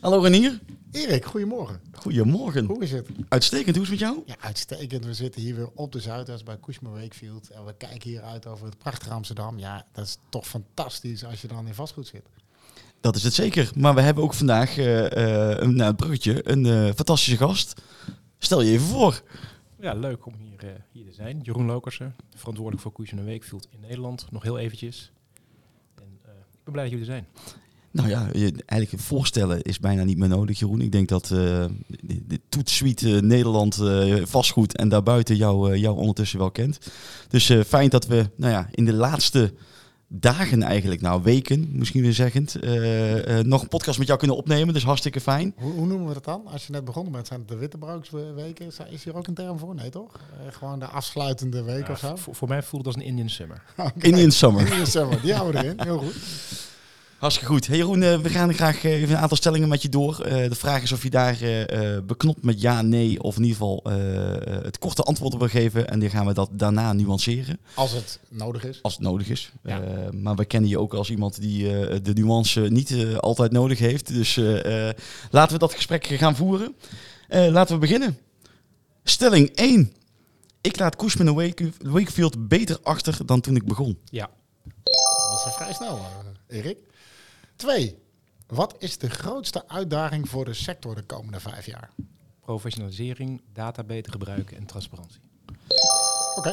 Hallo Renier. Erik, goedemorgen. Goedemorgen. Hoe is het? Uitstekend, hoe is het met jou? Ja, uitstekend. We zitten hier weer op de Zuidas bij Cushman & Wakefield. En we kijken hier uit over het prachtige Amsterdam. Ja, dat is toch fantastisch als je dan in vastgoed zit. Dat is het zeker. Maar we hebben ook vandaag, na het bruggetje, een fantastische gast. Stel je even voor. Ja, leuk om hier te zijn. Jeroen Lokersen, verantwoordelijk voor Cushman & Wakefield in Nederland. Nog heel eventjes. En ik ben blij dat jullie er zijn. Nou ja, eigenlijk voorstellen is bijna niet meer nodig, Jeroen. Ik denk dat de toetsuite Nederland vastgoed en daarbuiten jou ondertussen wel kent. Dus fijn dat we in de laatste dagen eigenlijk, weken misschien weer zeggend, nog een podcast met jou kunnen opnemen. Dus hartstikke fijn. Hoe noemen we dat dan? Als je net begonnen bent, zijn het de Wittebrooksweken. Is hier ook een term voor? Nee, toch? Gewoon de afsluitende week of zo? Voor mij voelt het als een Indian Summer. Okay. Indian Summer. Indian Summer, die houden we erin. Heel goed. Hartstikke goed. Hey Jeroen, we gaan graag even een aantal stellingen met je door. De vraag is of je daar beknopt met ja, nee of in ieder geval het korte antwoord op wil geven. En dan gaan we dat daarna nuanceren. Als het nodig is. Als het nodig is. Ja. Maar we kennen je ook als iemand die de nuance niet altijd nodig heeft. Dus laten we dat gesprek gaan voeren. Laten we beginnen. Stelling 1. Ik laat Cushman & Wakefield beter achter dan toen ik begon. Ja. Dat was vrij snel, Erik. 2. Wat is de grootste uitdaging voor de sector de komende 5 jaar? Professionalisering, data beter gebruiken en transparantie. Oké.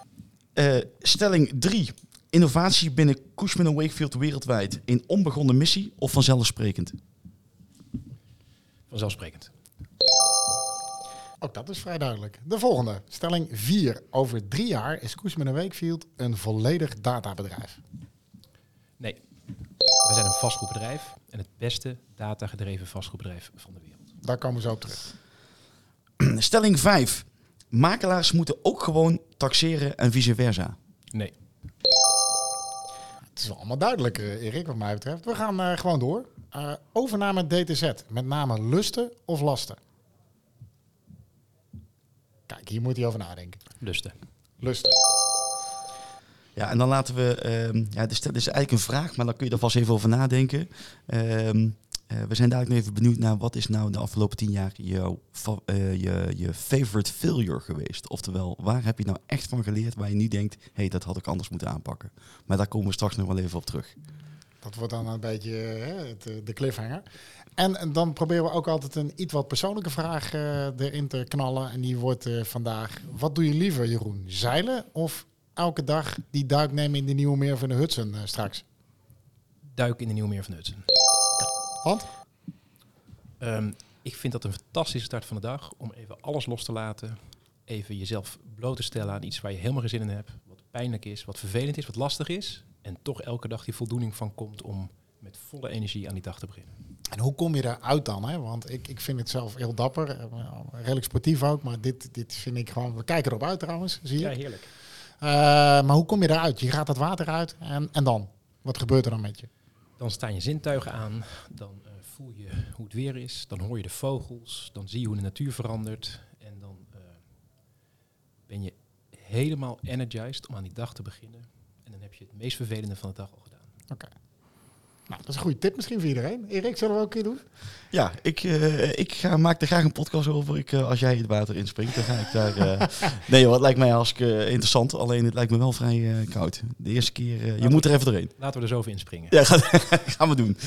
Stelling 3. Innovatie binnen Cushman & Wakefield wereldwijd. Een onbegonnen missie of vanzelfsprekend? Vanzelfsprekend. Ook dat is vrij duidelijk. De volgende. Stelling 4. Over 3 jaar is Cushman & Wakefield een volledig databedrijf. Nee. We zijn een vastgoedbedrijf en het beste datagedreven vastgoedbedrijf van de wereld. Daar komen we zo op terug. Stelling 5. Makelaars moeten ook gewoon taxeren en vice versa. Nee. Het is wel allemaal duidelijk, Erik, wat mij betreft. We gaan gewoon door. Overname DTZ. Met name lusten of lasten? Kijk, hier moet hij over nadenken. Lusten. Lusten. Ja, en dan laten we... dit is eigenlijk een vraag, maar dan kun je er vast even over nadenken. We zijn dadelijk nog even benieuwd naar wat is nou de afgelopen 10 jaar je favorite failure geweest. Oftewel, waar heb je nou echt van geleerd waar je nu denkt, hey, dat had ik anders moeten aanpakken. Maar daar komen we straks nog wel even op terug. Dat wordt dan een beetje de cliffhanger. En dan proberen we ook altijd een iets wat persoonlijke vraag erin te knallen. En die wordt vandaag, wat doe je liever, Jeroen? Zeilen of elke dag die duik nemen in de Nieuwe Meer van de Hudson straks? Duiken in de Nieuwe Meer van de Hudson. Want? Ik vind dat een fantastische start van de dag om even alles los te laten. Even jezelf bloot te stellen aan iets waar je helemaal geen zin in hebt. Wat pijnlijk is, wat vervelend is, wat lastig is. En toch elke dag die voldoening van komt om met volle energie aan die dag te beginnen. En hoe kom je daaruit dan? Hè? Want ik vind het zelf heel dapper. Redelijk sportief ook. Maar dit vind ik gewoon... We kijken erop uit trouwens, zie je. Ja, heerlijk. Maar hoe kom je daaruit? Je gaat dat water uit en dan? Wat gebeurt er dan met je? Dan staan je zintuigen aan. Dan voel je hoe het weer is. Dan hoor je de vogels. Dan zie je hoe de natuur verandert. En dan ben je helemaal energized om aan die dag te beginnen. En dan heb je het meest vervelende van de dag al gedaan. Oké. Nou, dat is een goede tip misschien voor iedereen. Erik, zullen we ook een keer doen? Ja, ik maak er graag een podcast over. Als jij het water inspringt, dan ga ik daar... Nee joh, het lijkt mij hartstikke interessant. Alleen het lijkt me wel vrij koud. De eerste keer, je moet er even doorheen. Laten we er zo over inspringen. Ja, gaan we doen.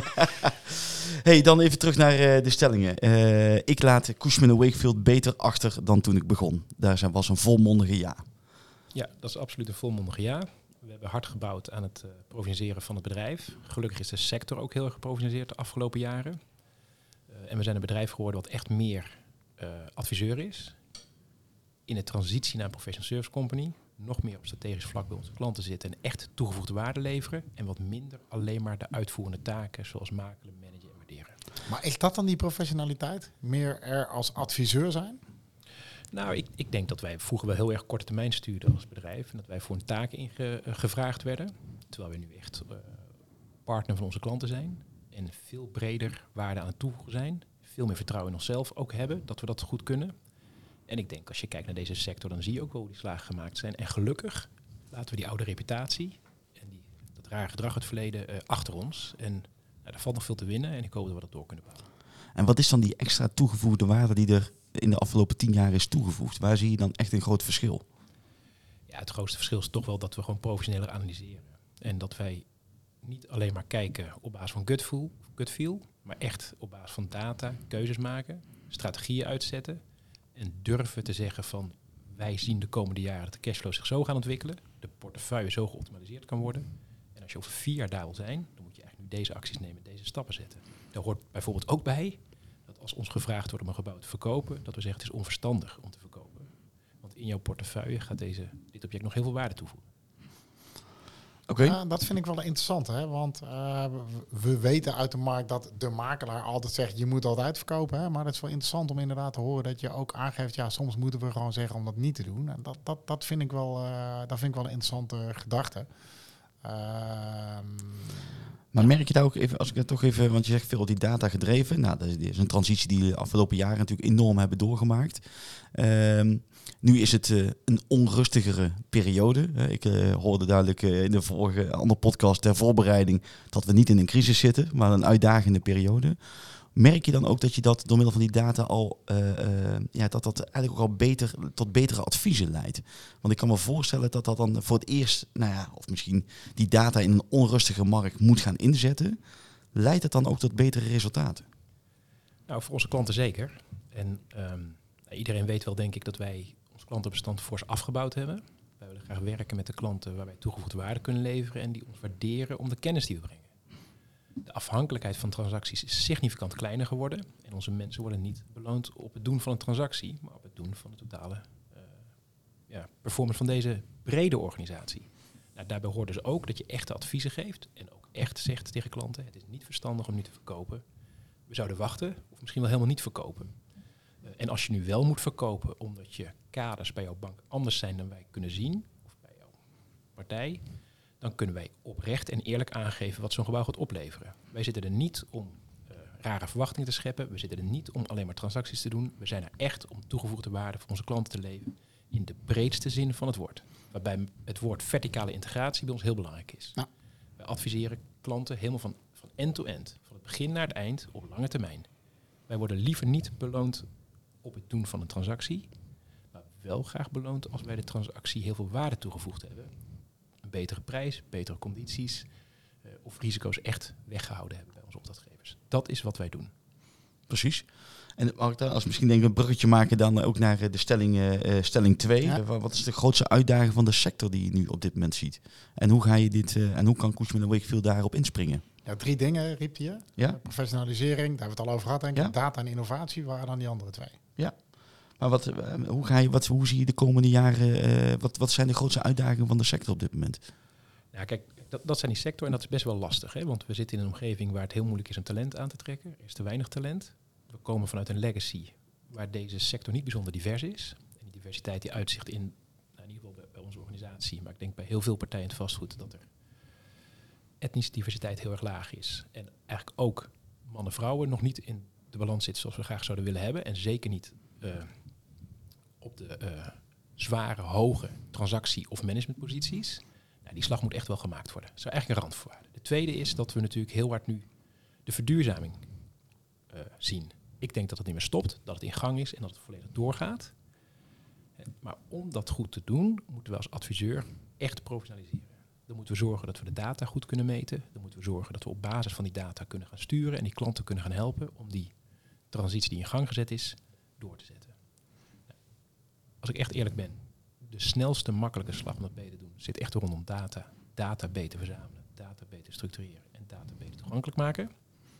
Hey, dan even terug naar de stellingen. Ik laat Cushman & Wakefield beter achter dan toen ik begon. Daar was een volmondige ja. Ja, dat is absoluut een volmondige ja. We hebben hard gebouwd aan het professionaliseren van het bedrijf. Gelukkig is de sector ook heel erg geprofessionaliseerd de afgelopen jaren. En we zijn een bedrijf geworden wat echt meer adviseur is. In de transitie naar een professional service company. Nog meer op strategisch vlak bij onze klanten zitten en echt toegevoegde waarde leveren. En wat minder alleen maar de uitvoerende taken zoals makelen, managen en waarderen. Maar is dat dan die professionaliteit? Meer er als adviseur zijn? Nou, ik denk dat wij vroeger wel heel erg korte termijn stuurden als bedrijf. En dat wij voor een taak gevraagd werden. Terwijl we nu echt partner van onze klanten zijn. En veel breder waarde aan het toevoegen zijn. Veel meer vertrouwen in onszelf ook hebben, dat we dat goed kunnen. En ik denk, als je kijkt naar deze sector, dan zie je ook wel hoe die slagen gemaakt zijn. En gelukkig laten we die oude reputatie en dat rare gedrag uit het verleden achter ons. En daar valt nog veel te winnen en ik hoop dat we dat door kunnen bouwen. En wat is dan die extra toegevoegde waarde die er in de afgelopen 10 jaar is toegevoegd? Waar zie je dan echt een groot verschil? Ja, het grootste verschil is toch wel dat we gewoon professioneler analyseren. En dat wij niet alleen maar kijken op basis van gut feel, maar echt op basis van data, keuzes maken, strategieën uitzetten en durven te zeggen van wij zien de komende jaren dat de cashflows zich zo gaan ontwikkelen, de portefeuille zo geoptimaliseerd kan worden. En als je over 4 jaar daar wil zijn, dan moet je eigenlijk nu deze acties nemen, deze stappen zetten. Daar hoort bijvoorbeeld ook bij dat als ons gevraagd wordt om een gebouw te verkopen, dat we zeggen het is onverstandig om te verkopen. Want in jouw portefeuille gaat dit object nog heel veel waarde toevoegen. Oké. Dat vind ik wel interessant, hè? Want we weten uit de markt dat de makelaar altijd zegt je moet altijd verkopen. Hè? Maar het is wel interessant om inderdaad te horen dat je ook aangeeft, ja, soms moeten we gewoon zeggen om dat niet te doen. En dat vind ik wel een interessante gedachte. Maar merk je daar ook even, als ik het toch even, want je zegt veel die data gedreven. Nou, dat is een transitie die de afgelopen jaren natuurlijk enorm hebben doorgemaakt. Nu is het een onrustigere periode. Ik hoorde duidelijk in de vorige andere podcast ter voorbereiding dat we niet in een crisis zitten, maar een uitdagende periode. Merk je dan ook dat je dat door middel van die data al, dat eigenlijk ook al tot betere adviezen leidt? Want ik kan me voorstellen dat dat dan voor het eerst, of misschien die data in een onrustige markt moet gaan inzetten. Leidt het dan ook tot betere resultaten? Nou, voor onze klanten zeker. En iedereen weet wel, denk ik, dat wij ons klantenbestand fors afgebouwd hebben. Wij willen graag werken met de klanten waar wij toegevoegde waarde kunnen leveren en die ons waarderen om de kennis die we brengen. De afhankelijkheid van transacties is significant kleiner geworden. En onze mensen worden niet beloond op het doen van een transactie, maar op het doen van de totale performance van deze brede organisatie. Nou, daarbij hoort dus ook dat je echte adviezen geeft en ook echt zegt tegen klanten, het is niet verstandig om nu te verkopen. We zouden wachten of misschien wel helemaal niet verkopen. En als je nu wel moet verkopen omdat je kaders bij jouw bank anders zijn dan wij kunnen zien, of bij jouw partij, dan kunnen wij oprecht en eerlijk aangeven wat zo'n gebouw gaat opleveren. Wij zitten er niet om rare verwachtingen te scheppen. We zitten er niet om alleen maar transacties te doen. We zijn er echt om toegevoegde waarde voor onze klanten te leveren in de breedste zin van het woord. Waarbij het woord verticale integratie bij ons heel belangrijk is. Ja. Wij adviseren klanten helemaal van end-to-end, van het begin naar het eind, op lange termijn. Wij worden liever niet beloond op het doen van een transactie, maar wel graag beloond als wij de transactie heel veel waarde toegevoegd hebben. Een betere prijs, betere condities of risico's echt weggehouden hebben bij onze opdrachtgevers. Dat is wat wij doen. Precies. En mag ik daar als misschien denk ik een bruggetje maken dan ook naar de stelling 2. Ja. Wat is de grootste uitdaging van de sector die je nu op dit moment ziet? En hoe ga je dit en hoe kan Cushman & Wakefield daarop inspringen? Ja, 3 dingen riep hij. Ja? Professionalisering, daar hebben we het al over gehad, denk ik. Ja? Data en innovatie waren dan die andere 2. Ja. Maar hoe zie je de komende jaren, wat zijn de grootste uitdagingen van de sector op dit moment? Ja, kijk, dat zijn die sector en dat is best wel lastig. Hè? Want we zitten in een omgeving waar het heel moeilijk is om talent aan te trekken. Er is te weinig talent. We komen vanuit een legacy waar deze sector niet bijzonder divers is. En die diversiteit die uitzicht in ieder geval bij onze organisatie, maar ik denk bij heel veel partijen in het vastgoed, dat er etnische diversiteit heel erg laag is. En eigenlijk ook mannen-vrouwen nog niet in de balans zitten zoals we graag zouden willen hebben. En zeker niet op de zware, hoge transactie- of managementposities. Nou, die slag moet echt wel gemaakt worden. Dat is eigenlijk een randvoorwaarde. De tweede is dat we natuurlijk heel hard nu de verduurzaming zien. Ik denk dat het niet meer stopt, dat het in gang is en dat het volledig doorgaat. Maar om dat goed te doen, moeten we als adviseur echt professionaliseren. Dan moeten we zorgen dat we de data goed kunnen meten. Dan moeten we zorgen dat we op basis van die data kunnen gaan sturen en die klanten kunnen gaan helpen om die transitie die in gang gezet is, door te zetten. Nou, als ik echt eerlijk ben, de snelste, makkelijke slag om dat beter te doen zit echt rondom data. Data beter verzamelen, data beter structureren en data beter toegankelijk maken.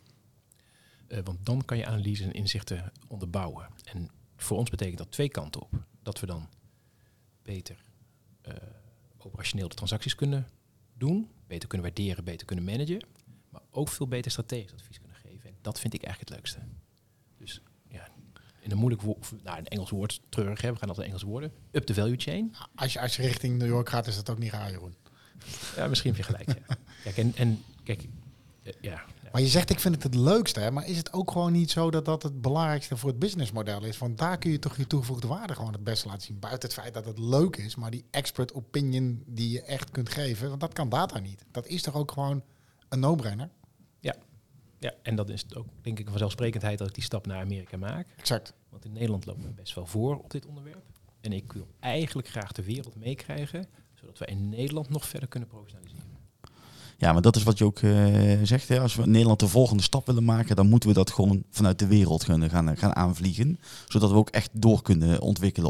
Want dan kan je analyses en inzichten onderbouwen. En voor ons betekent dat 2 kanten op. Dat we dan beter operationeel de transacties kunnen doen, beter kunnen waarderen, beter kunnen managen, maar ook veel beter strategisch advies kunnen geven. En dat vind ik eigenlijk het leukste. Dus ja, in een moeilijk woord, een Engels woord, treurig, we gaan altijd Engels woorden, up the value chain. Als je richting New York gaat, is dat ook niet raar, Jeroen. Ja, misschien heb je gelijk. Ja. Kijk, Maar je zegt, ik vind het leukste, hè? Maar is het ook gewoon niet zo dat dat het belangrijkste voor het businessmodel is? Want daar kun je toch je toegevoegde waarde gewoon het beste laten zien. Buiten het feit dat het leuk is, maar die expert opinion die je echt kunt geven, want dat kan data niet. Dat is toch ook gewoon een no-brainer? Ja, en dat is ook denk ik een vanzelfsprekendheid dat ik die stap naar Amerika maak. Exact. Want in Nederland lopen we best wel voor op dit onderwerp. En ik wil eigenlijk graag de wereld meekrijgen, zodat we in Nederland nog verder kunnen professionaliseren. Ja, maar dat is wat je ook zegt. Hè? Als we in Nederland de volgende stap willen maken, dan moeten we dat gewoon vanuit de wereld gaan aanvliegen. Zodat we ook echt door kunnen ontwikkelen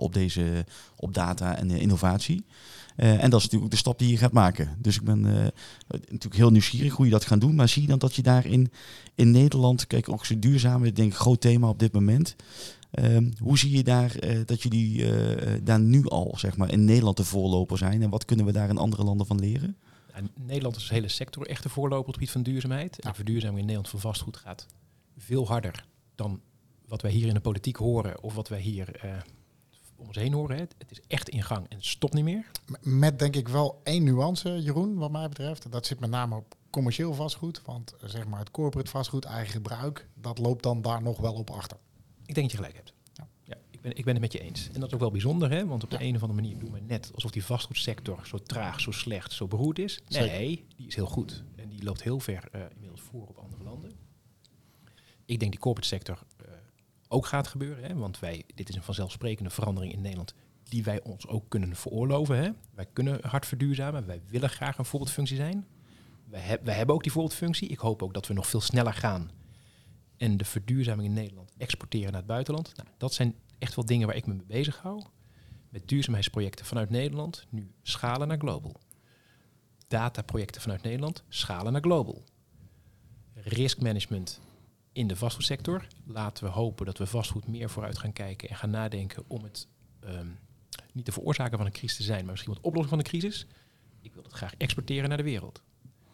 op data en innovatie. En dat is natuurlijk ook de stap die je gaat maken. Dus ik ben natuurlijk heel nieuwsgierig hoe je dat gaat doen. Maar zie je dan dat je daar in Nederland, kijk ook zo duurzaam, ik denk groot thema op dit moment. Hoe zie je daar dat jullie daar nu al zeg maar, in Nederland de voorloper zijn? En wat kunnen we daar in andere landen van leren? En Nederland is de hele sector echt de voorloper op het gebied van duurzaamheid. En Ja. de verduurzaming in Nederland van vastgoed gaat veel harder dan wat wij hier in de politiek horen of wat wij hier om ons heen horen. Hè. Het is echt in gang en het stopt niet meer. Met denk ik wel één nuance, Jeroen, wat mij betreft. Dat zit met name op commercieel vastgoed. Want zeg maar het corporate vastgoed, eigen gebruik, dat loopt dan daar nog wel op achter. Ik denk dat je gelijk hebt. Ja. Ja, ik ben het met je eens. En dat is ook wel bijzonder, hè? Want op de Ja. een of andere manier doen we net alsof die vastgoedsector zo traag, zo slecht, zo beroerd is. Zeker. Nee, die is heel goed. En die loopt heel ver inmiddels voor op andere landen. Ik denk die corporate sector ook gaat gebeuren. Hè? Want dit is een vanzelfsprekende verandering in Nederland die wij ons ook kunnen veroorloven. Hè? Wij kunnen hard verduurzamen. Wij willen graag een voorbeeldfunctie zijn. Wij hebben ook die voorbeeldfunctie. Ik hoop ook dat we nog veel sneller gaan en de verduurzaming in Nederland exporteren naar het buitenland. Nou, dat zijn echt wel dingen waar ik me mee bezig hou. Met duurzaamheidsprojecten vanuit Nederland, nu schalen naar global. Dataprojecten vanuit Nederland, schalen naar global. Riskmanagement in de vastgoedsector. Laten we hopen dat we vastgoed meer vooruit gaan kijken en gaan nadenken om het niet de veroorzaker van een crisis te zijn, maar misschien wat oplossing van een crisis. Ik wil dat graag exporteren naar de wereld.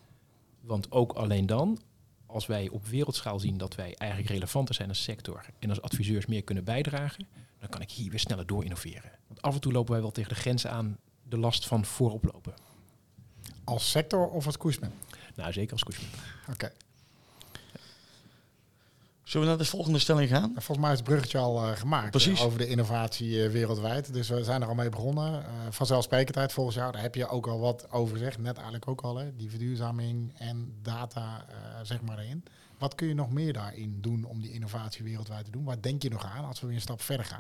Want ook alleen dan, als wij op wereldschaal zien dat wij eigenlijk relevanter zijn als sector en als adviseurs meer kunnen bijdragen, dan kan ik hier weer sneller door innoveren. Want af en toe lopen wij wel tegen de grenzen aan de last van vooroplopen. Als sector of als Koesman? Nou, zeker als Cushman. Oké. Zullen we naar de volgende stelling gaan? Volgens mij is het bruggetje al gemaakt Precies. over de innovatie wereldwijd. Dus we zijn er al mee begonnen. Vanzelfsprekendheid volgens jou, daar heb je ook al wat over gezegd. Net eigenlijk ook al, hè? Die verduurzaming en data, zeg maar erin. Wat kun je nog meer daarin doen om die innovatie wereldwijd te doen? Waar denk je nog aan als we weer een stap verder gaan?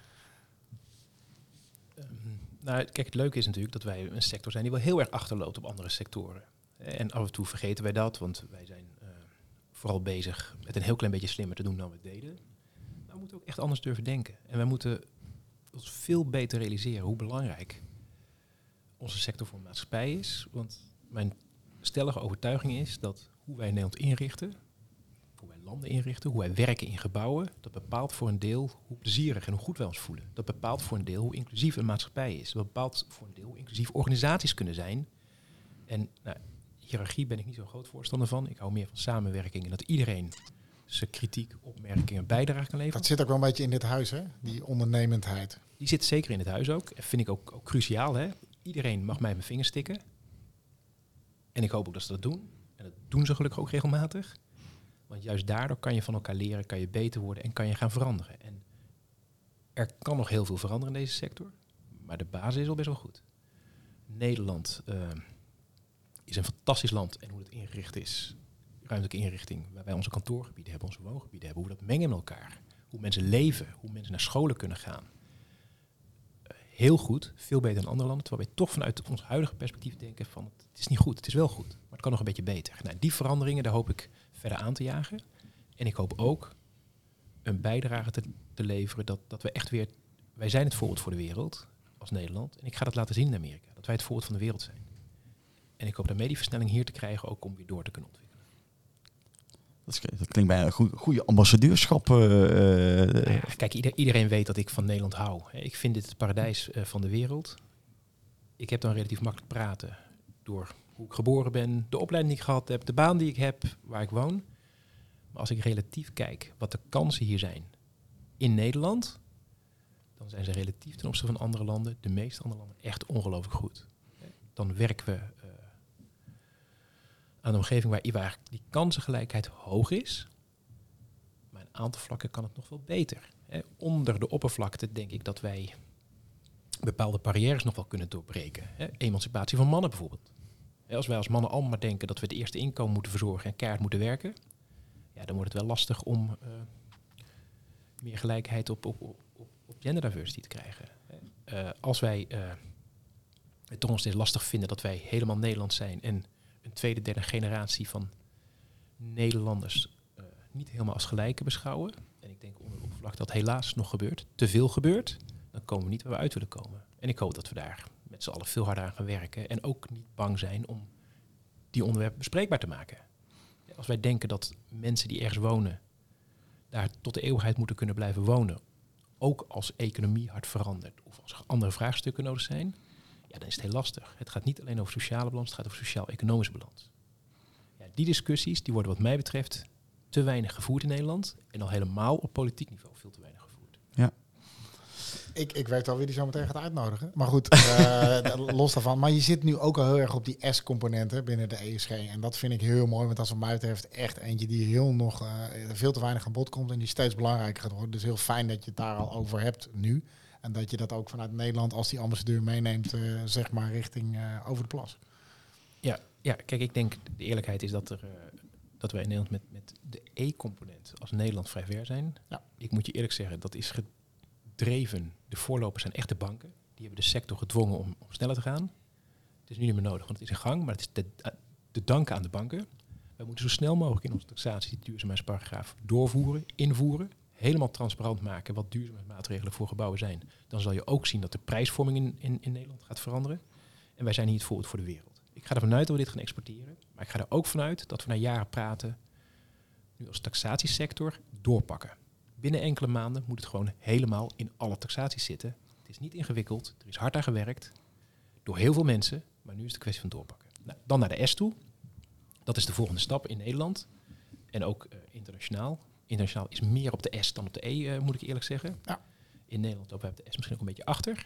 Nou, kijk, het leuke is natuurlijk dat wij een sector zijn die wel heel erg achterloopt op andere sectoren. En af en toe vergeten wij dat, want wij zijn vooral bezig met een heel klein beetje slimmer te doen dan we deden. Maar we moeten ook echt anders durven denken. En wij moeten ons veel beter realiseren hoe belangrijk onze sector voor de maatschappij is. Want mijn stellige overtuiging is dat hoe wij Nederland inrichten, hoe wij landen inrichten, hoe wij werken in gebouwen, dat bepaalt voor een deel hoe plezierig en hoe goed wij ons voelen. Dat bepaalt voor een deel hoe inclusief een maatschappij is. Dat bepaalt voor een deel hoe inclusief organisaties kunnen zijn. En nou, hiërarchie ben ik niet zo'n groot voorstander van. Ik hou meer van samenwerking en dat iedereen zijn kritiek, opmerkingen, bijdrage kan leveren. Dat zit ook wel een beetje in dit huis, hè? Die ondernemendheid. Die zit zeker in het huis ook. En vind ik ook cruciaal. Hè? Iedereen mag mij mijn vingers stikken. En ik hoop ook dat ze dat doen. En dat doen ze gelukkig ook regelmatig. Want juist daardoor kan je van elkaar leren, kan je beter worden en kan je gaan veranderen. En er kan nog heel veel veranderen in deze sector. Maar de basis is al best wel goed. Nederland is een fantastisch land. En hoe het ingericht is, ruimtelijke inrichting, waar wij onze kantoorgebieden hebben, onze woongebieden hebben, hoe we dat mengen met elkaar. Hoe mensen leven, hoe mensen naar scholen kunnen gaan. Heel goed, veel beter dan andere landen. Terwijl wij toch vanuit ons huidige perspectief denken van het is niet goed, het is wel goed. Maar het kan nog een beetje beter. Nou, die veranderingen, daar hoop ik verder aan te jagen. En ik hoop ook een bijdrage te leveren dat we echt weer... Wij zijn het voorbeeld voor de wereld als Nederland. En ik ga dat laten zien in Amerika. Dat wij het voorbeeld van de wereld zijn. En ik hoop daarmee die versnelling hier te krijgen ook om weer door te kunnen ontwikkelen. Dat klinkt bijna een goede ambassadeurschap. Ja, kijk, iedereen weet dat ik van Nederland hou. Ik vind dit het paradijs van de wereld. Ik heb dan relatief makkelijk praten door hoe ik geboren ben, de opleiding die ik gehad heb, de baan die ik heb, waar ik woon. Maar als ik relatief kijk wat de kansen hier zijn in Nederland, dan zijn ze relatief ten opzichte van andere landen, de meeste andere landen, echt ongelooflijk goed. Dan werken we aan een omgeving waar die kansengelijkheid hoog is. Maar in een aantal vlakken kan het nog wel beter. Onder de oppervlakte denk ik dat wij bepaalde barrières nog wel kunnen doorbreken. Emancipatie van mannen bijvoorbeeld. Als wij als mannen allemaal maar denken dat we het eerste inkomen moeten verzorgen en keihard moeten werken, ja, dan wordt het wel lastig om meer gelijkheid op gender diversity te krijgen. Als wij het toch nog steeds lastig vinden dat wij helemaal Nederlands zijn en een tweede, derde generatie van Nederlanders niet helemaal als gelijke beschouwen, en ik denk onder de oppervlak dat helaas nog gebeurt, te veel gebeurt, dan komen we niet waar we uit willen komen. En ik hoop dat we daar met z'n allen veel harder aan gaan werken en ook niet bang zijn om die onderwerpen bespreekbaar te maken. Als wij denken dat mensen die ergens wonen daar tot de eeuwigheid moeten kunnen blijven wonen, ook als economie hard verandert of als er andere vraagstukken nodig zijn, ja, dan is het heel lastig. Het gaat niet alleen over sociale balans, het gaat over sociaal-economische balans. Ja, die discussies die worden wat mij betreft te weinig gevoerd in Nederland en al helemaal op politiek niveau veel te weinig gevoerd. Ja. Ik weet al wie die zo meteen gaat uitnodigen. Maar goed, los daarvan. Maar je zit nu ook al heel erg op die S-componenten binnen de ESG. En dat vind ik heel mooi, want als het mij betreft echt eentje die veel te weinig aan bod komt en die steeds belangrijker gaat worden. Dus heel fijn dat je het daar al over hebt nu. En dat je dat ook vanuit Nederland als die ambassadeur meeneemt, zeg maar richting over de plas. Ja, kijk, ik denk de eerlijkheid is dat wij in Nederland met de E-component als Nederland vrij ver zijn. Ja. Ik moet je eerlijk zeggen, dat is gedreven. De voorlopers zijn echt de banken. Die hebben de sector gedwongen om sneller te gaan. Het is nu niet meer nodig, want het is in gang. Maar het is te danken aan de banken. Wij moeten zo snel mogelijk in onze taxatie die duurzaamheidsparagraaf invoeren. Helemaal transparant maken wat duurzaamheidsmaatregelen voor gebouwen zijn. Dan zal je ook zien dat de prijsvorming in Nederland gaat veranderen. En wij zijn hier het voorbeeld voor de wereld. Ik ga ervan uit dat we dit gaan exporteren. Maar ik ga er ook vanuit dat we na jaren praten nu als taxatiesector doorpakken. Binnen enkele maanden moet het gewoon helemaal in alle taxaties zitten. Het is niet ingewikkeld, er is hard aan gewerkt door heel veel mensen, maar nu is het een kwestie van doorpakken. Nou, dan naar de S toe. Dat is de volgende stap in Nederland en ook internationaal. Internationaal is meer op de S dan op de E, moet ik eerlijk zeggen. Ja. In Nederland lopen we op de S misschien ook een beetje achter.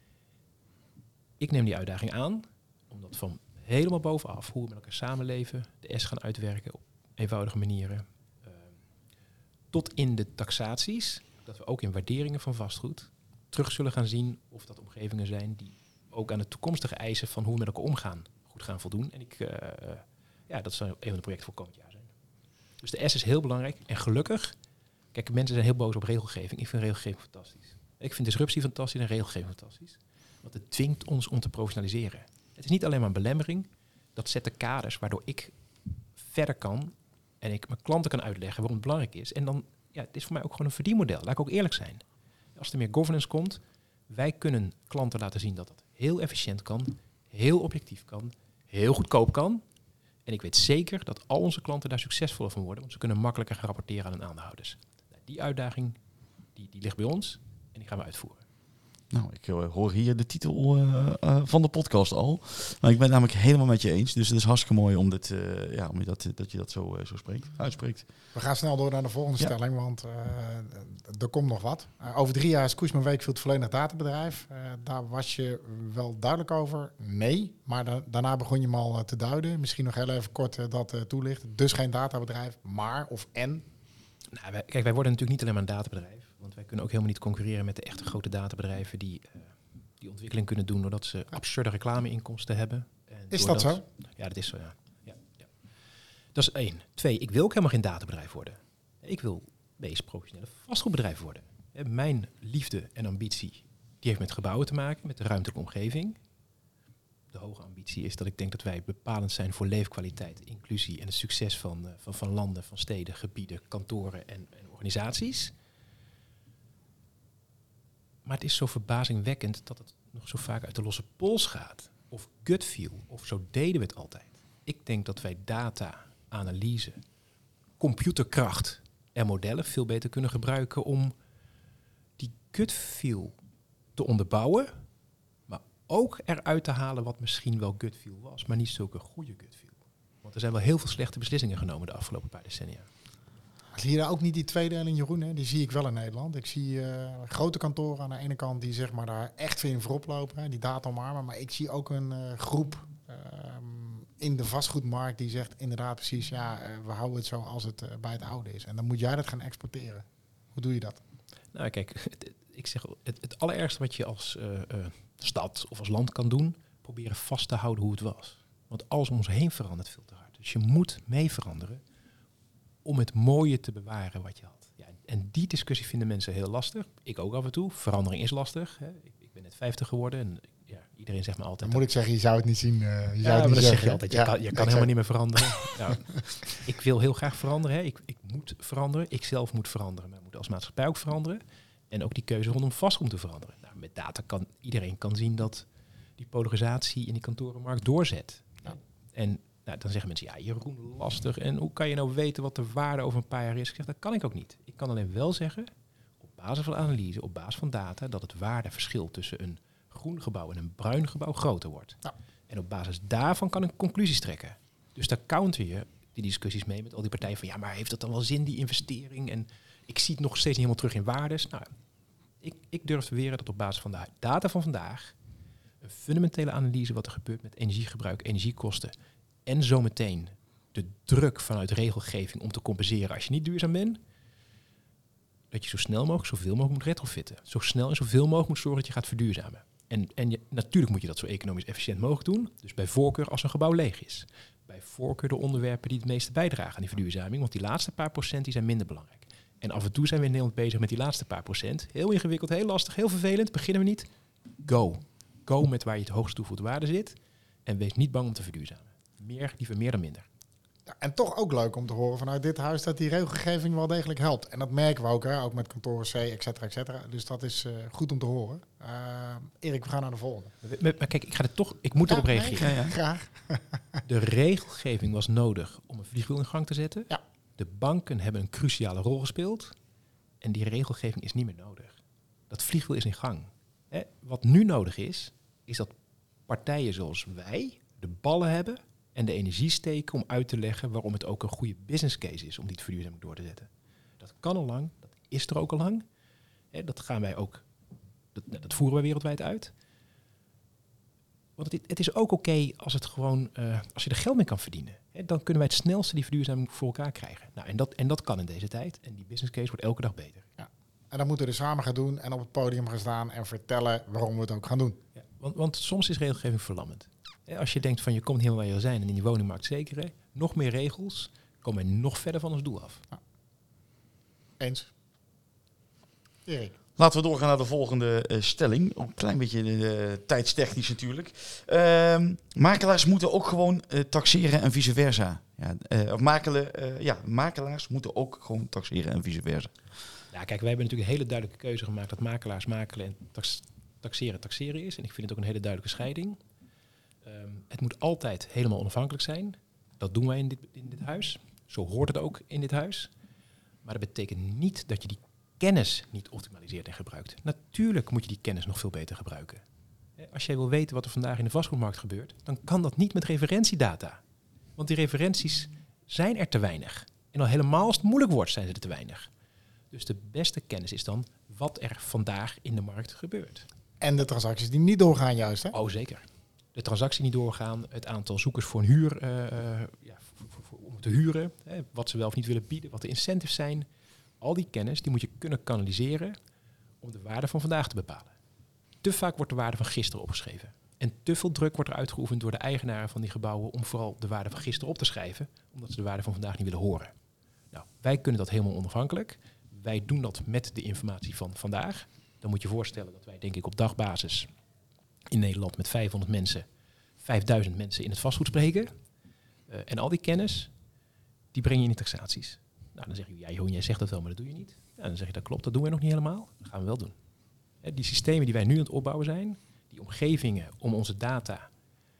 Ik neem die uitdaging aan, omdat van helemaal bovenaf hoe we met elkaar samenleven, de S gaan uitwerken op eenvoudige manieren. Tot in de taxaties, dat we ook in waarderingen van vastgoed terug zullen gaan zien of dat omgevingen zijn die ook aan de toekomstige eisen van hoe we met elkaar omgaan goed gaan voldoen. En dat zal een van de projecten voor komend jaar zijn. Dus de S is heel belangrijk en gelukkig, kijk, mensen zijn heel boos op regelgeving. Ik vind regelgeving fantastisch. Ik vind disruptie fantastisch en regelgeving fantastisch. Want het dwingt ons om te professionaliseren. Het is niet alleen maar een belemmering, dat zet de kaders waardoor ik verder kan en ik mijn klanten kan uitleggen waarom het belangrijk is. En dan, ja, het is voor mij ook gewoon een verdienmodel. Laat ik ook eerlijk zijn. Als er meer governance komt, wij kunnen klanten laten zien dat het heel efficiënt kan, heel objectief kan, heel goedkoop kan. En ik weet zeker dat al onze klanten daar succesvoller van worden, want ze kunnen makkelijker gaan rapporteren aan hun aandeelhouders. Nou, die uitdaging, die ligt bij ons en die gaan we uitvoeren. Nou, ik hoor hier de titel van de podcast al. Maar ik ben het namelijk helemaal met je eens. Dus het is hartstikke mooi om dat je dat zo uitspreekt. We gaan snel door naar de volgende stelling, want er komt nog wat. Over 3 jaar is Cushman & Wakefield volledig databedrijf. Daar was je wel duidelijk over. Nee, maar daarna begon je hem al te duiden. Misschien nog heel even kort dat toelichten. Dus geen databedrijf, maar of en? Nou, wij worden natuurlijk niet alleen maar een databedrijf. Want wij kunnen ook helemaal niet concurreren met de echte grote databedrijven die ontwikkeling kunnen doen doordat ze absurde reclameinkomsten hebben. En is dat zo? Ja, dat is zo, ja. Dat is 1. 2, ik wil ook helemaal geen databedrijf worden. Ik wil meest professionele vastgoedbedrijf worden. Mijn liefde en ambitie die heeft met gebouwen te maken, met de ruimtelijke omgeving. De hoge ambitie is dat ik denk dat wij bepalend zijn voor leefkwaliteit, inclusie en het succes van landen, van steden, gebieden, kantoren en organisaties. Maar het is zo verbazingwekkend dat het nog zo vaak uit de losse pols gaat. Of gut feel, of zo deden we het altijd. Ik denk dat wij data, analyse, computerkracht en modellen veel beter kunnen gebruiken om die gut feel te onderbouwen, maar ook eruit te halen wat misschien wel gut feel was, maar niet zulke goede gut feel. Want er zijn wel heel veel slechte beslissingen genomen de afgelopen paar decennia. Zie je daar ook niet die tweedeling, Jeroen? Hè? Die zie ik wel in Nederland. Ik zie grote kantoren aan de ene kant die zeg maar daar echt weer in voorop lopen, hè, die data omarmen. Maar ik zie ook een groep in de vastgoedmarkt die zegt inderdaad precies, we houden het zo als het bij het oude is. En dan moet jij dat gaan exporteren. Hoe doe je dat? Nou kijk, ik zeg het allerergste wat je als stad of als land kan doen, proberen vast te houden hoe het was. Want alles om ons heen verandert veel te hard. Dus je moet mee veranderen om het mooie te bewaren wat je had. Ja, en die discussie vinden mensen heel lastig. Ik ook af en toe. Verandering is lastig. Hè. Ik ben net 50 geworden en iedereen zegt me altijd... Dan moet ik zeggen, je zou het niet zien. Maar dan zeg je altijd, je kan helemaal niet meer veranderen. Nou, ik wil heel graag veranderen. Hè. Ik moet veranderen. Ik zelf moet veranderen. Maar we moeten als maatschappij ook veranderen. En ook die keuze rondom vastgoed te veranderen. Nou, met data kan iedereen zien dat die polarisatie in die kantorenmarkt doorzet. Ja. En dan zeggen mensen, ja, Jeroen, lastig. En hoe kan je nou weten wat de waarde over een paar jaar is? Ik zeg, dat kan ik ook niet. Ik kan alleen wel zeggen, op basis van analyse, op basis van data, dat het waardeverschil tussen een groen gebouw en een bruin gebouw groter wordt. Ja. En op basis daarvan kan ik conclusies trekken. Dus daar counter je die discussies mee met al die partijen van, ja, maar heeft dat dan wel zin, die investering? En ik zie het nog steeds niet helemaal terug in waardes. Nou, ik durf te beweren dat op basis van de data van vandaag een fundamentele analyse wat er gebeurt met energiegebruik, energiekosten en zometeen de druk vanuit regelgeving om te compenseren als je niet duurzaam bent, dat je zo snel mogelijk, zoveel mogelijk moet retrofitten. Zo snel en zoveel mogelijk moet zorgen dat je gaat verduurzamen. En natuurlijk moet je dat zo economisch efficiënt mogelijk doen. Dus bij voorkeur als een gebouw leeg is. Bij voorkeur de onderwerpen die het meeste bijdragen aan die verduurzaming. Want die laatste paar procent die zijn minder belangrijk. En af en toe zijn we in Nederland bezig met die laatste paar procent. Heel ingewikkeld, heel lastig, heel vervelend. Beginnen we niet. Go. Go met waar je het hoogste toegevoegde waarde zit. En wees niet bang om te verduurzamen. Liever meer dan minder. Ja, en toch ook leuk om te horen vanuit dit huis dat die regelgeving wel degelijk helpt. En dat merken we ook, hè, ook met kantoren C, et cetera, et cetera. Dus dat is goed om te horen. Erik, we gaan naar de volgende. Maar kijk, ik moet erop reageren. Ja, graag. De regelgeving was nodig om een vliegwiel in gang te zetten. Ja. De banken hebben een cruciale rol gespeeld. En die regelgeving is niet meer nodig. Dat vliegwiel is in gang. Wat nu nodig is dat partijen zoals wij de ballen hebben en de energie steken om uit te leggen waarom het ook een goede business case is om die verduurzaming door te zetten. Dat kan al lang, dat is er ook al lang. Dat gaan wij ook, dat voeren wij wereldwijd uit. Want het is ook oké als het gewoon, als je er geld mee kan verdienen. Dan kunnen wij het snelste die verduurzaming voor elkaar krijgen. Nou, en dat kan in deze tijd. En die business case wordt elke dag beter. Ja. En dan moeten we dus samen gaan doen en op het podium gaan staan en vertellen waarom we het ook gaan doen. Ja, want soms is regelgeving verlammend. Als je denkt van je komt helemaal waar je zijn en in die woningmarkt zeker, nog meer regels, komen wij nog verder van ons doel af. Ja. Eens. Erik. Laten we doorgaan naar de volgende stelling. Ook een klein beetje tijdstechnisch natuurlijk. Makelaars moeten ook gewoon taxeren en vice versa. Makelaars moeten ook gewoon taxeren en vice versa. Ja, kijk, wij hebben natuurlijk een hele duidelijke keuze gemaakt dat makelaars makelen en taxeren is. En ik vind het ook een hele duidelijke scheiding. Het moet altijd helemaal onafhankelijk zijn. Dat doen wij in dit huis. Zo hoort het ook in dit huis. Maar dat betekent niet dat je die kennis niet optimaliseert en gebruikt. Natuurlijk moet je die kennis nog veel beter gebruiken. Als jij wil weten wat er vandaag in de vastgoedmarkt gebeurt, dan kan dat niet met referentiedata. Want die referenties zijn er te weinig. En al helemaal als het moeilijk wordt, zijn ze er te weinig. Dus de beste kennis is dan wat er vandaag in de markt gebeurt. En de transacties die niet doorgaan juist, hè? Oh, zeker. De transactie niet doorgaan, het aantal zoekers voor een huur, om te huren, wat ze wel of niet willen bieden, wat de incentives zijn. Al die kennis die moet je kunnen kanaliseren om de waarde van vandaag te bepalen. Te vaak wordt de waarde van gisteren opgeschreven. En te veel druk wordt er uitgeoefend door de eigenaren van die gebouwen om vooral de waarde van gisteren op te schrijven, omdat ze de waarde van vandaag niet willen horen. Nou, wij kunnen dat helemaal onafhankelijk. Wij doen dat met de informatie van vandaag. Dan moet je voorstellen dat wij denk ik op dagbasis in Nederland met 500 mensen, 5000 mensen in het vastgoed spreken. En al die kennis, die breng je in de taxaties. Nou, dan zeg je, ja Jeroen, jij zegt dat wel, maar dat doe je niet. Ja, dan zeg je, dat klopt, dat doen we nog niet helemaal. Dat gaan we wel doen. Die systemen die wij nu aan het opbouwen zijn, die omgevingen om onze data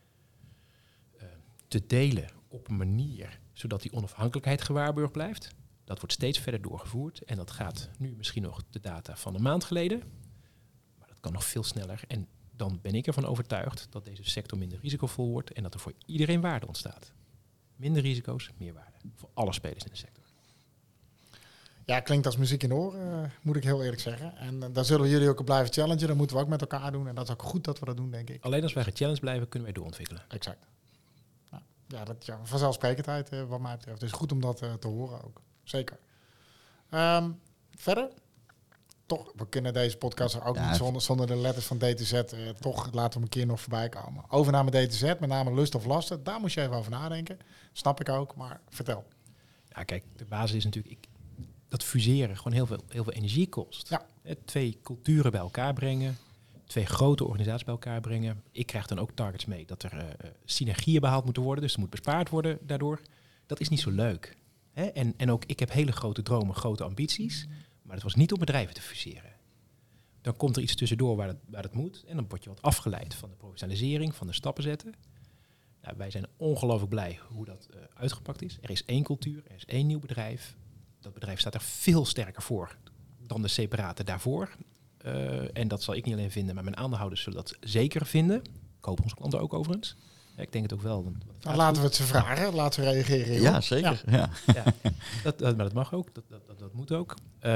te delen op een manier zodat die onafhankelijkheid gewaarborgd blijft, dat wordt steeds verder doorgevoerd. En dat gaat nu misschien nog de data van een maand geleden, maar dat kan nog veel sneller. En dan ben ik ervan overtuigd dat deze sector minder risicovol wordt en dat er voor iedereen waarde ontstaat. Minder risico's, meer waarde. Voor alle spelers in de sector. Ja, klinkt als muziek in de oren, moet ik heel eerlijk zeggen. En daar zullen we jullie ook op blijven challengen. Dat moeten we ook met elkaar doen. En dat is ook goed dat we dat doen, denk ik. Alleen als wij gechallenged blijven, kunnen wij doorontwikkelen. Exact. Nou, ja, dat is vanzelfsprekendheid wat mij betreft. Dus goed om dat te horen ook. Zeker. Verder? Toch, we kunnen deze podcast ook niet zonder de letters van DTZ. Toch laten we hem een keer nog voorbij komen. Overname DTZ, met name lust of lasten. Daar moest je even over nadenken. Snap ik ook, maar vertel. Ja, kijk, de basis is natuurlijk dat fuseren gewoon heel veel energie kost. Ja. 2 culturen bij elkaar brengen, 2 grote organisaties bij elkaar brengen. Ik krijg dan ook targets mee dat er synergieën behaald moeten worden, dus er moet bespaard worden daardoor. Dat is niet zo leuk. Hè? En ook, ik heb hele grote dromen, grote ambities, maar het was niet om bedrijven te fuseren. Dan komt er iets tussendoor waar het moet en dan word je wat afgeleid van de professionalisering, van de stappen zetten. Nou, wij zijn ongelooflijk blij hoe dat uitgepakt is. Er is 1 cultuur, er is 1 nieuw bedrijf. Dat bedrijf staat er veel sterker voor dan de separate daarvoor. En dat zal ik niet alleen vinden, maar mijn aandeelhouders zullen dat zeker vinden. Ik hoop onze klanten ook overigens. Ja, ik denk het ook wel. Nou, laten we het ze vragen. Laten we reageren. Joh. Ja, zeker. Ja. Ja, maar dat mag ook. Dat moet ook.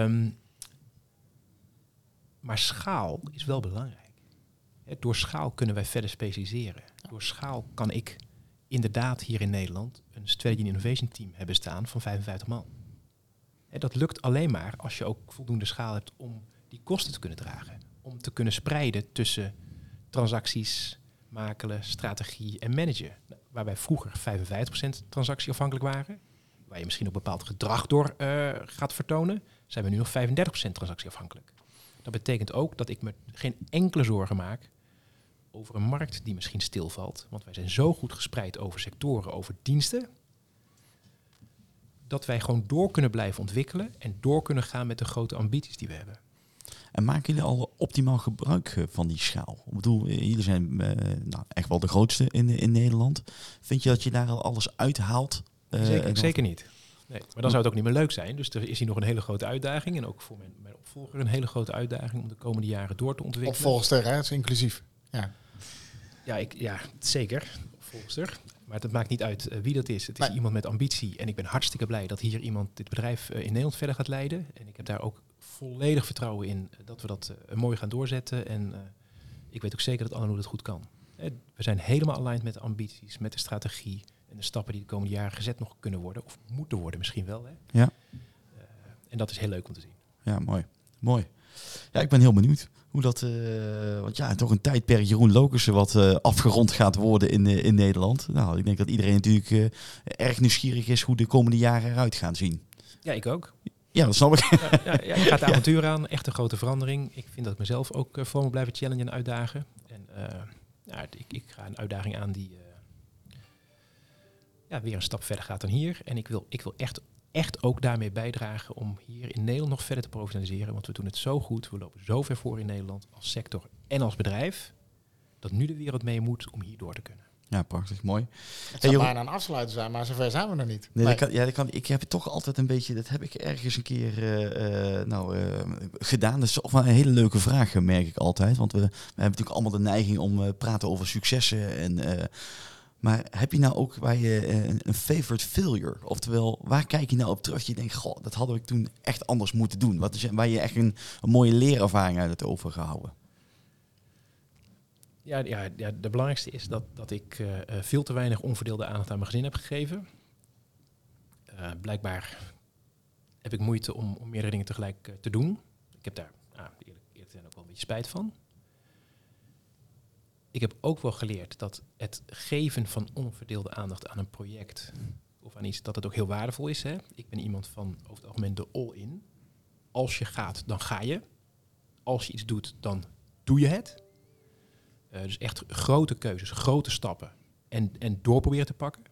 Maar schaal is wel belangrijk. Door schaal kunnen wij verder specialiseren. Door schaal kan ik inderdaad hier in Nederland een Strategy Innovation Team hebben staan van 55 man. Dat lukt alleen maar als je ook voldoende schaal hebt om die kosten te kunnen dragen. Om te kunnen spreiden tussen transacties, makelen, strategie en managen. Waar wij vroeger 55% transactieafhankelijk waren, waar je misschien ook bepaald gedrag door gaat vertonen, zijn we nu nog 35% transactieafhankelijk. Dat betekent ook dat ik me geen enkele zorgen maak over een markt die misschien stilvalt. Want wij zijn zo goed gespreid over sectoren, over diensten, dat wij gewoon door kunnen blijven ontwikkelen en door kunnen gaan met de grote ambities die we hebben. En maken jullie al optimaal gebruik van die schaal? Ik bedoel, jullie zijn echt wel de grootste in Nederland. Vind je dat je daar al alles uithaalt? Zeker niet. Nee, maar dan zou het ook niet meer leuk zijn. Dus er is hier nog een hele grote uitdaging. En ook voor mijn opvolger een hele grote uitdaging om de komende jaren door te ontwikkelen. Opvolgster, hè? Dat is inclusief. Ja. Ja, zeker. Opvolgster. Maar het maakt niet uit wie dat is. Het is iemand met ambitie. En ik ben hartstikke blij dat hier iemand dit bedrijf in Nederland verder gaat leiden. En ik heb daar ook volledig vertrouwen in dat we dat mooi gaan doorzetten. En ik weet ook zeker dat Anneloe dat goed kan. We zijn helemaal aligned met de ambities, met de strategie en de stappen die de komende jaren gezet nog kunnen worden. Of moeten worden misschien wel. Hè? Ja. En dat is heel leuk om te zien. Ja, mooi. Ja, ik ben heel benieuwd hoe dat, want ja, toch een tijdperk Jeroen Lokersen wat afgerond gaat worden in Nederland. Nou, ik denk dat iedereen natuurlijk erg nieuwsgierig is hoe de komende jaren eruit gaan zien. Ja, ik ook. Ja, dat snap ik. Ja, je gaat de avontuur aan, echt een grote verandering. Ik vind dat ik mezelf ook voor me blijven challengen en uitdagen. En ik ga een uitdaging aan die weer een stap verder gaat dan hier. En ik wil echt ook daarmee bijdragen om hier in Nederland nog verder te professionaliseren. Want we doen het zo goed, we lopen zo ver voor in Nederland als sector en als bedrijf, dat nu de wereld mee moet om hier door te kunnen. Ja, prachtig, mooi. Het zou bijna een afsluiten zijn, maar zover zijn we nog niet. Nee. Ik heb het toch altijd een beetje, dat heb ik ergens een keer gedaan. Dat is toch wel een hele leuke vraag, merk ik altijd. Want we hebben natuurlijk allemaal de neiging om praten over successen. Maar heb je nou ook waar je een favorite failure? Oftewel, waar kijk je nou op terug? Je denkt, goh, dat hadden we toen echt anders moeten doen. Wat is waar je echt een mooie leerervaring uit hebt overgehouden? Ja, de belangrijkste is dat ik veel te weinig onverdeelde aandacht aan mijn gezin heb gegeven. Blijkbaar heb ik moeite om meerdere dingen tegelijk te doen. Ik heb daar eerlijk zijn ook wel een beetje spijt van. Ik heb ook wel geleerd dat het geven van onverdeelde aandacht aan een project of aan iets, dat het ook heel waardevol is. Hè? Ik ben iemand van over het algemeen de all-in. Als je gaat, dan ga je. Als je iets doet, dan doe je het. Dus echt grote keuzes, grote stappen en door proberen te pakken.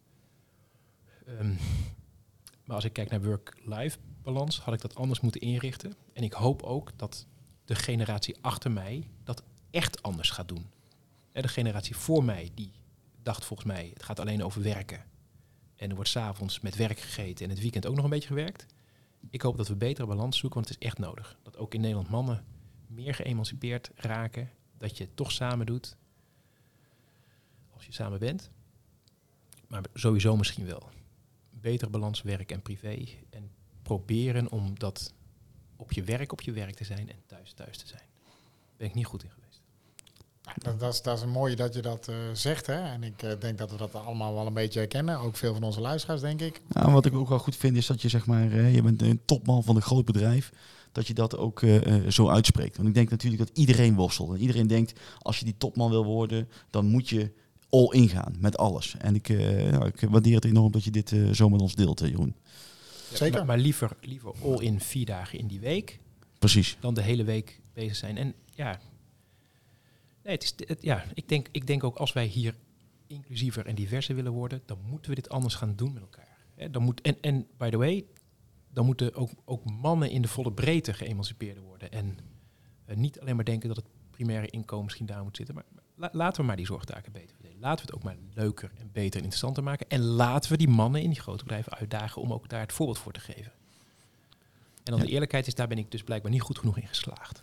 Maar als ik kijk naar work-life balans, had ik dat anders moeten inrichten. En ik hoop ook dat de generatie achter mij dat echt anders gaat doen. De generatie voor mij, die dacht volgens mij, het gaat alleen over werken. En er wordt 's avonds met werk gegeten en het weekend ook nog een beetje gewerkt. Ik hoop dat we betere balans zoeken, want het is echt nodig. Dat ook in Nederland mannen meer geëmancipeerd raken. Dat je het toch samen doet, als je samen bent. Maar sowieso misschien wel. Betere balans werk en privé. En proberen om dat op je werk te zijn en thuis te zijn. Daar ben ik niet goed in geweest. Dat is een mooie dat je dat zegt. Hè? En ik denk dat we dat allemaal wel een beetje herkennen. Ook veel van onze luisteraars, denk ik. Nou, wat ik ook wel goed vind is dat je zeg maar, je bent een topman van een groot bedrijf. Dat je dat ook zo uitspreekt. Want ik denk natuurlijk dat iedereen worstelt. En iedereen denkt, als je die topman wil worden, dan moet je all in gaan met alles. En ik waardeer het enorm dat je dit zo met ons deelt, Jeroen. Zeker. Maar liever all in 4 dagen in die week. Precies. Dan de hele week bezig zijn. En ja, nee, ik denk ook als wij hier inclusiever en diverser willen worden, dan moeten we dit anders gaan doen met elkaar. En by the way, dan moeten ook mannen in de volle breedte geëmancipeerd worden. En niet alleen maar denken dat het primaire inkomen misschien daar moet zitten. Maar laten we maar die zorgtaken beter verdelen. Laten we het ook maar leuker en beter en interessanter maken. En laten we die mannen in die grote bedrijven uitdagen om ook daar het voorbeeld voor te geven. En dan de eerlijkheid is, daar ben ik dus blijkbaar niet goed genoeg in geslaagd.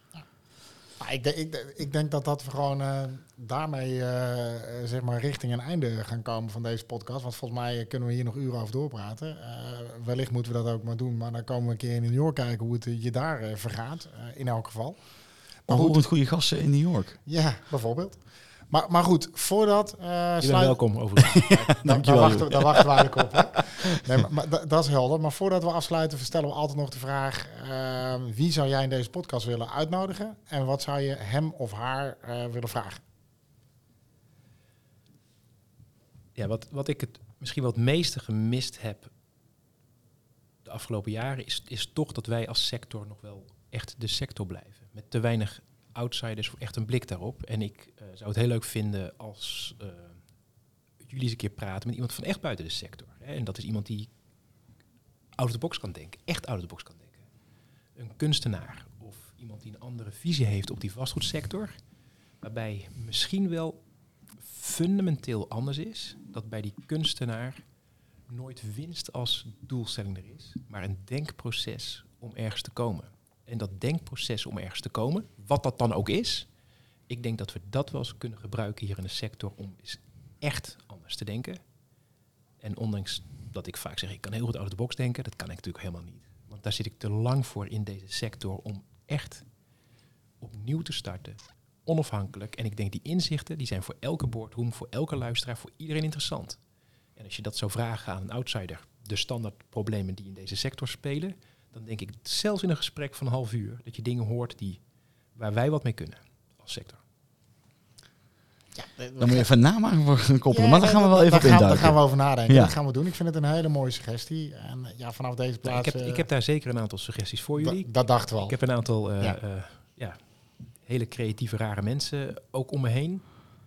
Ik denk dat we gewoon daarmee zeg maar richting een einde gaan komen van deze podcast. Want volgens mij kunnen we hier nog uren over doorpraten. Wellicht moeten we dat ook maar doen. Maar dan komen we een keer in New York kijken hoe het je daar vergaat. In elk geval. Maar goed, goede gasten in New York. Ja, bijvoorbeeld. Maar goed, voordat... Je bent welkom overigens. Daar wachten we eigenlijk op. Hè? Nee, maar dat is helder. Maar voordat we afsluiten, stellen we altijd nog de vraag... wie zou jij in deze podcast willen uitnodigen? En wat zou je hem of haar willen vragen? Ja, wat ik het misschien wel het meeste gemist heb de afgelopen jaren... is toch dat wij als sector nog wel echt de sector blijven. Met te weinig outsiders voor echt een blik daarop. En ik zou het heel leuk vinden als jullie eens een keer praten met iemand van echt buiten de sector. Hè? En dat is iemand die out of the box kan denken. Echt out of the box kan denken. Een kunstenaar of iemand die een andere visie heeft op die vastgoedsector. Waarbij misschien wel fundamenteel anders is. Dat bij die kunstenaar nooit winst als doelstelling er is. Maar een denkproces om ergens te komen. En dat denkproces om ergens te komen, wat dat dan ook is, ik denk dat we dat wel eens kunnen gebruiken hier in de sector om eens echt anders te denken. En ondanks dat ik vaak zeg, ik kan heel goed out of the box denken, dat kan ik natuurlijk helemaal niet. Want daar zit ik te lang voor in deze sector om echt opnieuw te starten, onafhankelijk. En ik denk die inzichten, die zijn voor elke boardroom, voor elke luisteraar, voor iedereen interessant. En als je dat zou vragen aan een outsider, de standaard problemen die in deze sector spelen, dan denk ik zelfs in een gesprek van een half uur dat je dingen hoort waar wij wat mee kunnen als sector. Ja, dan moet je even namaken voor een koppelen. Maar daar gaan we wel even op induiken. Daar gaan we over nadenken. Ja. Dat gaan we doen. Ik vind het een hele mooie suggestie. En vanaf deze plaats... Ik heb daar zeker een aantal suggesties voor jullie. Dat dachten we al. Ik heb een aantal hele creatieve, rare mensen ook om me heen.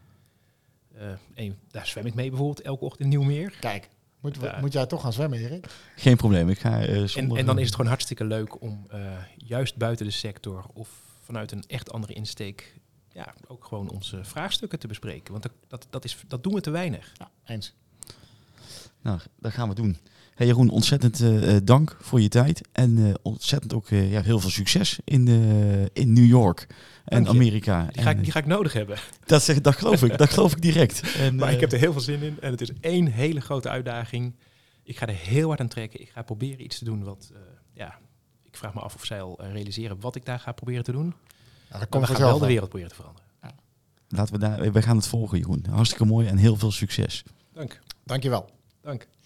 Daar zwem ik mee bijvoorbeeld elke ochtend in Nieuwmeer. Kijk, moet jij toch gaan zwemmen, Erik? Geen probleem. Ik ga, en dan is het gewoon hartstikke leuk om juist buiten de sector of vanuit een echt andere insteek ook gewoon onze vraagstukken te bespreken. Want dat doen we te weinig. Ja, eens. Nou, dat gaan we doen. Hey Jeroen, ontzettend dank voor je tijd. En ontzettend ook heel veel succes in New York en Amerika. Die ga ik nodig hebben. Dat geloof ik. Dat geloof ik direct. Maar ik heb er heel veel zin in. En het is 1 hele grote uitdaging. Ik ga er heel hard aan trekken. Ik ga proberen iets te doen wat... ik vraag me af of zij al realiseren wat ik daar ga proberen te doen. Ja, we gaan wel de wereld proberen te veranderen. Ja. We gaan het volgen, Jeroen. Hartstikke mooi en heel veel succes. Dank. Dankjewel. Dank.